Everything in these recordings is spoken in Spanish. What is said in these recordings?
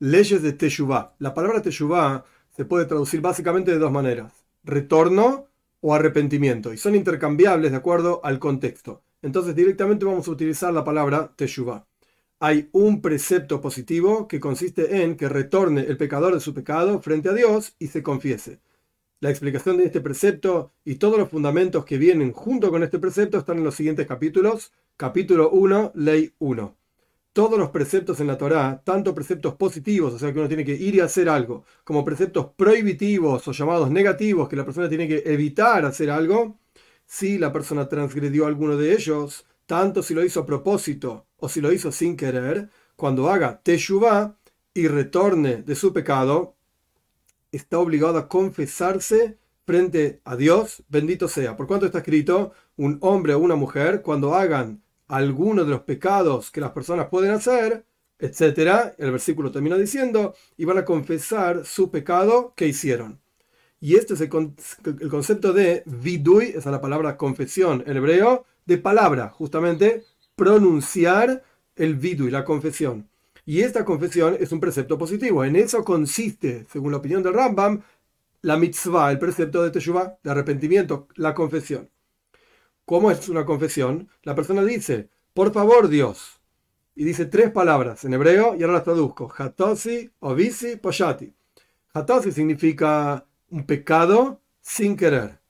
Leyes de Teshuvá. La palabra Teshuvá se puede traducir básicamente de dos maneras: retorno o arrepentimiento, y son intercambiables de acuerdo al contexto. Entonces directamente vamos a utilizar la palabra Teshuvá. Hay un precepto positivo que consiste en que retorne el pecador de su pecado frente a Dios y se confiese. La explicación de este precepto y todos los fundamentos que vienen junto con este precepto están en los siguientes capítulos. Capítulo 1, Ley 1. Todos los preceptos en la Torá, tanto preceptos positivos, o sea que uno tiene que ir y hacer algo, como preceptos prohibitivos o llamados negativos, que la persona tiene que evitar hacer algo, si la persona transgredió alguno de ellos, tanto si lo hizo a propósito o si lo hizo sin querer, cuando haga teshuvá y retorne de su pecado, está obligado a confesarse frente a Dios, bendito sea. Por cuanto está escrito, un hombre o una mujer, cuando hagan alguno de los pecados que las personas pueden hacer, etcétera, el versículo termina diciendo, y van a confesar su pecado que hicieron. Y este es el concepto de vidui, esa es la palabra confesión en hebreo, de palabra, justamente pronunciar el vidui, la confesión. Y esta confesión es un precepto positivo. En eso consiste, según la opinión del Rambam, la mitzvah, el precepto de teshuvah, de arrepentimiento, la confesión. ¿Cómo es una confesión? La persona dice, por favor Dios, y dice tres palabras en hebreo, y ahora las traduzco: hatosi, ovisi, poshati. Hatosi significa un pecado sin querer.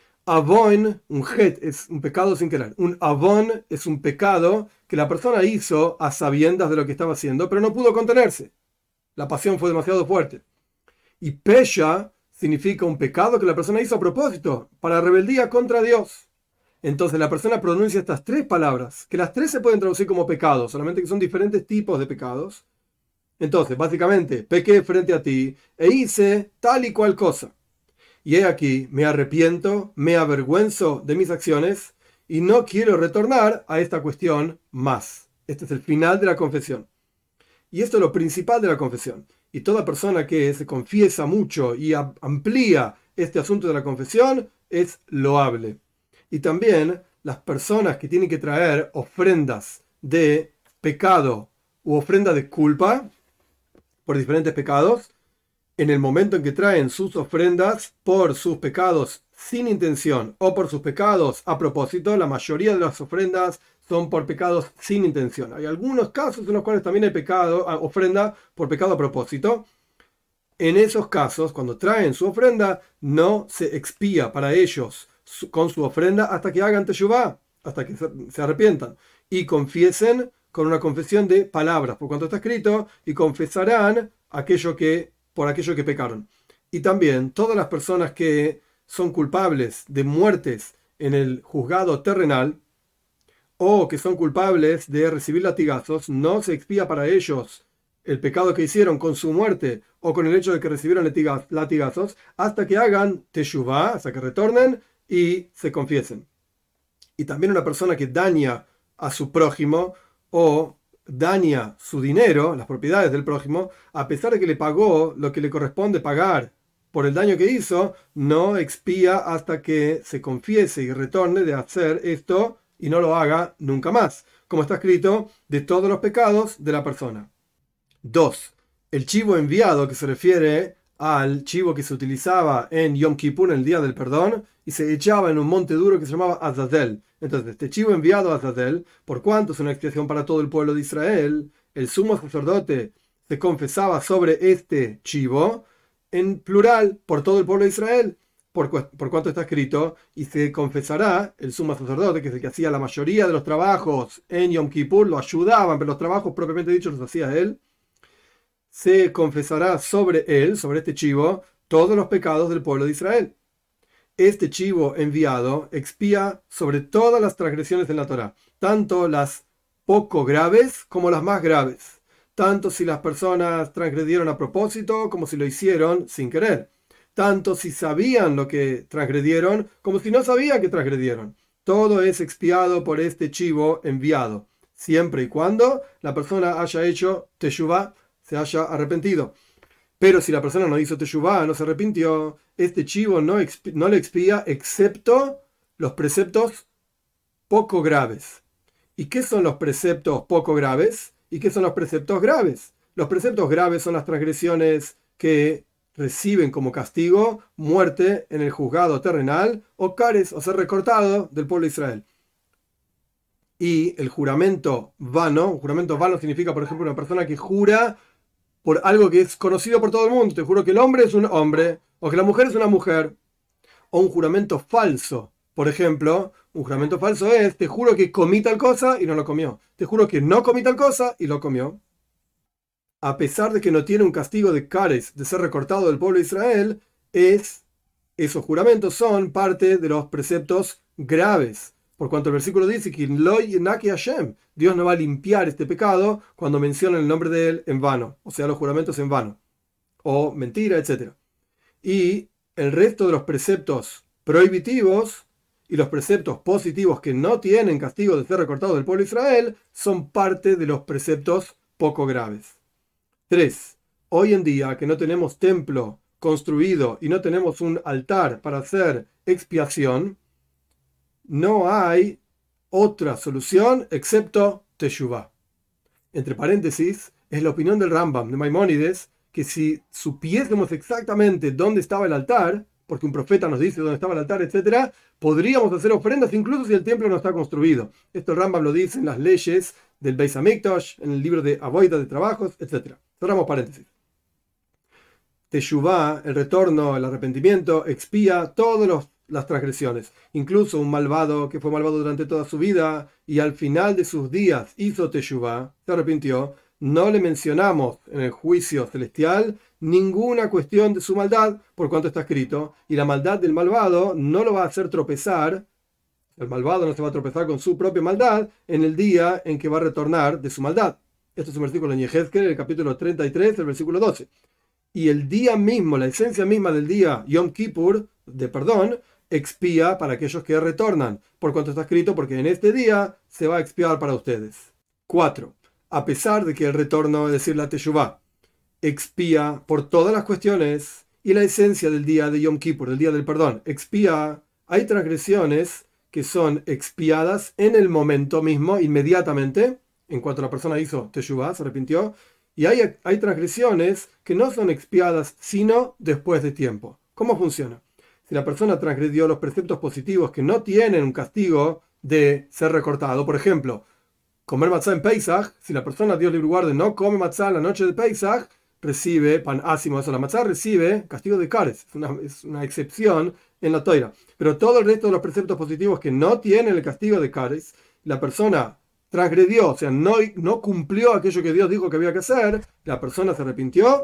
Avon, un het, es un pecado sin querer. Un avon es un pecado que la persona hizo a sabiendas de lo que estaba haciendo, pero no pudo contenerse. La pasión fue demasiado fuerte. Y pesha significa un pecado que la persona hizo a propósito, para rebeldía contra Dios. Entonces la persona pronuncia estas tres palabras, que las tres se pueden traducir como pecados, solamente que son diferentes tipos de pecados. Entonces, básicamente, pequé frente a ti e hice tal y cual cosa. Y he aquí, me arrepiento, me avergüenzo de mis acciones y no quiero retornar a esta cuestión más. Este es el final de la confesión. Y esto es lo principal de la confesión. Y toda persona que se confiesa mucho y amplía este asunto de la confesión es loable. Y también las personas que tienen que traer ofrendas de pecado u ofrenda de culpa por diferentes pecados, en el momento en que traen sus ofrendas por sus pecados sin intención o por sus pecados a propósito, la mayoría de las ofrendas son por pecados sin intención. Hay algunos casos en los cuales también hay ofrenda por pecado a propósito. En esos casos, cuando traen su ofrenda, no se expía para ellos con su ofrenda hasta que hagan teshuvá, hasta que se arrepientan y confiesen con una confesión de palabras, por cuanto está escrito, y confesarán por aquello que pecaron. Y también todas las personas que son culpables de muertes en el juzgado terrenal o que son culpables de recibir latigazos, no se expía para ellos el pecado que hicieron con su muerte o con el hecho de que recibieron latigazos hasta que hagan teshuvá, hasta que retornen y se confiesen. Y también una persona que daña a su prójimo o daña su dinero, las propiedades del prójimo, a pesar de que le pagó lo que le corresponde pagar por el daño que hizo, no expía hasta que se confiese y retorne de hacer esto y no lo haga nunca más, como está escrito, de todos los pecados de la persona. 2. El chivo enviado, que se refiere al chivo que se utilizaba en Yom Kippur, en el día del perdón, y se echaba en un monte duro que se llamaba Azazel. Entonces, este chivo enviado a Azazel, por cuanto es una expiación para todo el pueblo de Israel, el sumo sacerdote se confesaba sobre este chivo en plural por todo el pueblo de Israel, por cuanto está escrito, y se confesará el sumo sacerdote, que es el que hacía la mayoría de los trabajos en Yom Kippur, lo ayudaban, pero los trabajos propiamente dichos los hacía él. Se confesará sobre él, sobre este chivo, todos los pecados del pueblo de Israel. Este chivo enviado expía sobre todas las transgresiones en la Torá, tanto las poco graves como las más graves, tanto si las personas transgredieron a propósito como si lo hicieron sin querer, tanto si sabían lo que transgredieron como si no sabían que transgredieron. Todo es expiado por este chivo enviado, siempre y cuando la persona haya hecho teshuvá, se haya arrepentido. Pero si la persona no hizo teshuvá, no se arrepintió, este chivo no le expía excepto los preceptos poco graves. ¿Y qué son los preceptos poco graves? ¿Y qué son los preceptos graves? Los preceptos graves son las transgresiones que reciben como castigo muerte en el juzgado terrenal o cares o ser recortado del pueblo de Israel. Y el juramento vano, un juramento vano significa, por ejemplo, una persona que jura por algo que es conocido por todo el mundo. Te juro que el hombre es un hombre, o que la mujer es una mujer. O un juramento falso. Por ejemplo, un juramento falso es, te juro que comí tal cosa y no lo comió. Te juro que no comí tal cosa y lo comió. A pesar de que no tiene un castigo de cares, de ser recortado del pueblo de Israel, esos juramentos son parte de los preceptos graves. Por cuanto el versículo dice que Dios no va a limpiar este pecado cuando menciona el nombre de él en vano, o sea, los juramentos en vano, o mentira, etc. Y el resto de los preceptos prohibitivos y los preceptos positivos que no tienen castigo de ser recortados del pueblo de Israel son parte de los preceptos poco graves. 3. Hoy en día que no tenemos templo construido y no tenemos un altar para hacer expiación, no hay otra solución excepto Teshuvah. Entre paréntesis, es la opinión del Rambam, de Maimónides, que si supiésemos exactamente dónde estaba el altar, porque un profeta nos dice dónde estaba el altar, etc., podríamos hacer ofrendas incluso si el templo no está construido. Esto el Rambam lo dice en las leyes del Beis Hamikdash, en el libro de Avoida de Trabajos, etc. Cerramos paréntesis. Teshuvah, el retorno, el arrepentimiento, expía todas las transgresiones. Incluso un malvado que fue malvado durante toda su vida y al final de sus días hizo Teshuvah, se arrepintió, no le mencionamos en el juicio celestial ninguna cuestión de su maldad, por cuanto está escrito, y la maldad del malvado no lo va a hacer tropezar, el malvado no se va a tropezar con su propia maldad en el día en que va a retornar de su maldad. Esto es un versículo en Yehezkel, el capítulo 33, el versículo 12. Y el día mismo, la esencia misma del día Yom Kippur, de perdón, expía para aquellos que retornan, por cuanto está escrito, porque en este día se va a expiar para ustedes. 4. A pesar de que el retorno, es decir, la Teshuvah, expía por todas las cuestiones, y la esencia del día de Yom Kippur, del día del perdón, expía, hay transgresiones que son expiadas en el momento mismo, inmediatamente, en cuanto la persona hizo Teshuvah, se arrepintió, y hay transgresiones que no son expiadas sino después de tiempo. ¿Cómo funciona? Si la persona transgredió los preceptos positivos que no tienen un castigo de ser recortado, por ejemplo, comer matzá en Pesach, si la persona, Dios libre y guarde, no come matzá la noche de Pesach, recibe pan ácimo, eso, la matzá recibe castigo de cares, es una excepción en la Toira. Pero todo el resto de los preceptos positivos que no tienen el castigo de cares, la persona transgredió, o sea, no cumplió aquello que Dios dijo que había que hacer, la persona se arrepintió,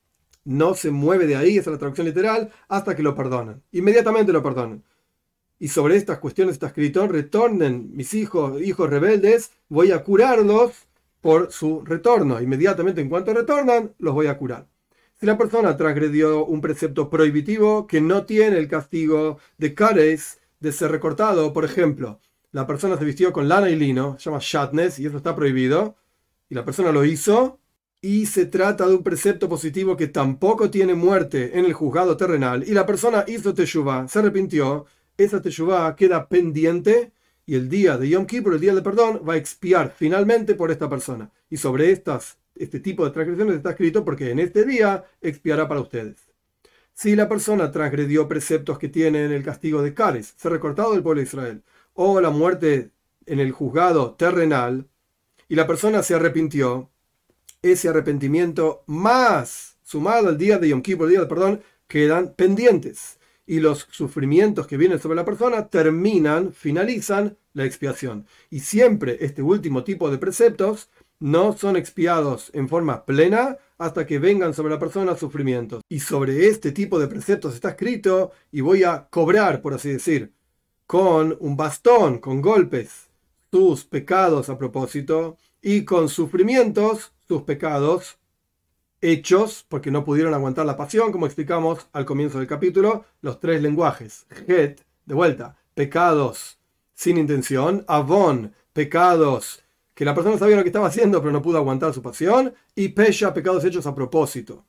no se mueve de ahí, esa es la traducción literal, hasta que lo perdonan. Inmediatamente lo perdonan. Y sobre estas cuestiones está escrito, retornen mis hijos rebeldes, voy a curarlos por su retorno. Inmediatamente en cuanto retornan, los voy a curar. Si la persona transgredió un precepto prohibitivo que no tiene el castigo de cares, de ser recortado, por ejemplo, la persona se vistió con lana y lino, se llama shatnes, y eso está prohibido, y la persona lo hizo, y se trata de un precepto positivo que tampoco tiene muerte en el juzgado terrenal, y la persona hizo teshuvah, se arrepintió, esa teshuvah queda pendiente, y el día de Yom Kippur, el día de perdón, va a expiar finalmente por esta persona. Y sobre este tipo de transgresiones está escrito porque en este día expiará para ustedes. Si la persona transgredió preceptos que tienen el castigo de cares, ser recortado del pueblo de Israel, o la muerte en el juzgado terrenal, y la persona se arrepintió, ese arrepentimiento más sumado al día de Yom Kippur, el día del perdón, quedan pendientes. Y los sufrimientos que vienen sobre la persona finalizan la expiación. Y siempre este último tipo de preceptos no son expiados en forma plena hasta que vengan sobre la persona sufrimientos. Y sobre este tipo de preceptos está escrito, y voy a cobrar, por así decir, con un bastón, con golpes, tus pecados a propósito, y con sufrimientos, tus pecados hechos, porque no pudieron aguantar la pasión, como explicamos al comienzo del capítulo, los tres lenguajes. Het, de vuelta, pecados sin intención. Avon, pecados que la persona sabía lo que estaba haciendo, pero no pudo aguantar su pasión. Y Pesha, pecados hechos a propósito.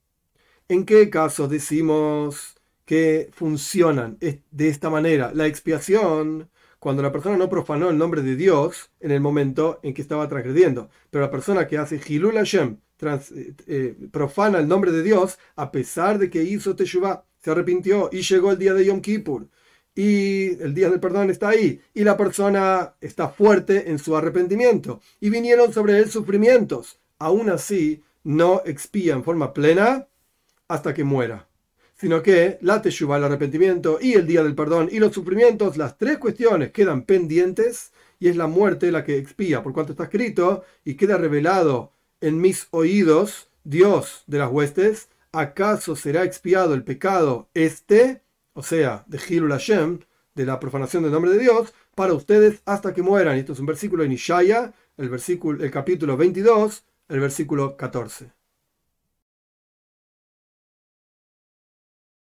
¿En qué casos decimos que funcionan de esta manera? La expiación, cuando la persona no profanó el nombre de Dios en el momento en que estaba transgrediendo. Pero la persona que hace Hilul Hashem, profana el nombre de Dios, a pesar de que hizo Teshuvah, se arrepintió y llegó el día de Yom Kippur, y el día del perdón está ahí, y la persona está fuerte en su arrepentimiento, y vinieron sobre él sufrimientos, aún así no expía en forma plena hasta que muera, sino que la Teshuvah, el arrepentimiento, y el día del perdón y los sufrimientos, las tres cuestiones quedan pendientes, y es la muerte la que expía, por cuanto está escrito, y queda revelado en mis oídos, Dios de las huestes, ¿acaso será expiado el pecado este, o sea, de Hilul Hashem, de la profanación del nombre de Dios, para ustedes hasta que mueran? Y esto es un versículo en Ishaya, el capítulo 22, el versículo 14.